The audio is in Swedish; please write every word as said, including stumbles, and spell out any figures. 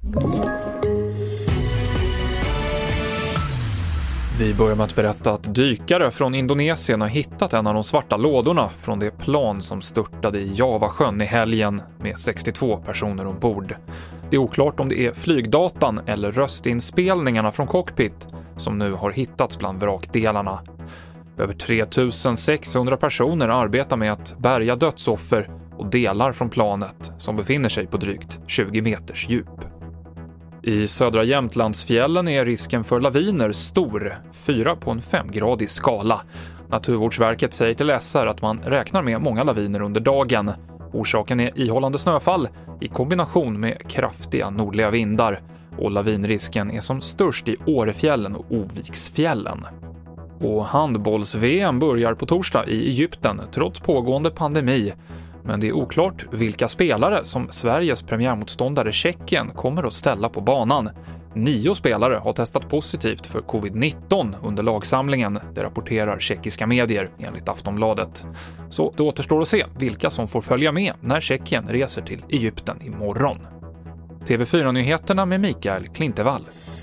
Vi börjar med att berätta att dykare från Indonesien har hittat en av de svarta lådorna från det plan som störtade i Javasjön i helgen med sextiotvå personer ombord. Det är oklart om det är flygdatan eller röstinspelningarna från cockpit som nu har hittats bland vrakdelarna. Över tre tusen sexhundra personer arbetar med att bärga dödsoffer och delar från planet som befinner sig på drygt tjugo meters djup. I södra Jämtlandsfjällen är risken för laviner stor, fyra på en femgradig skala. Naturvårdsverket säger till S R att man räknar med många laviner under dagen. Orsaken är ihållande snöfall i kombination med kraftiga nordliga vindar. Och lavinrisken är som störst i Årefjällen och Oviksfjällen. Och handbolls-V M börjar på torsdag i Egypten trots pågående pandemi. Men det är oklart vilka spelare som Sveriges premiärmotståndare Tjeckien kommer att ställa på banan. Nio spelare har testat positivt för covid nitton under lagsamlingen, det rapporterar tjeckiska medier enligt Aftonbladet. Så det återstår att se vilka som får följa med när Tjeckien reser till Egypten imorgon. T V fyra-nyheterna med Mikael Klintevall.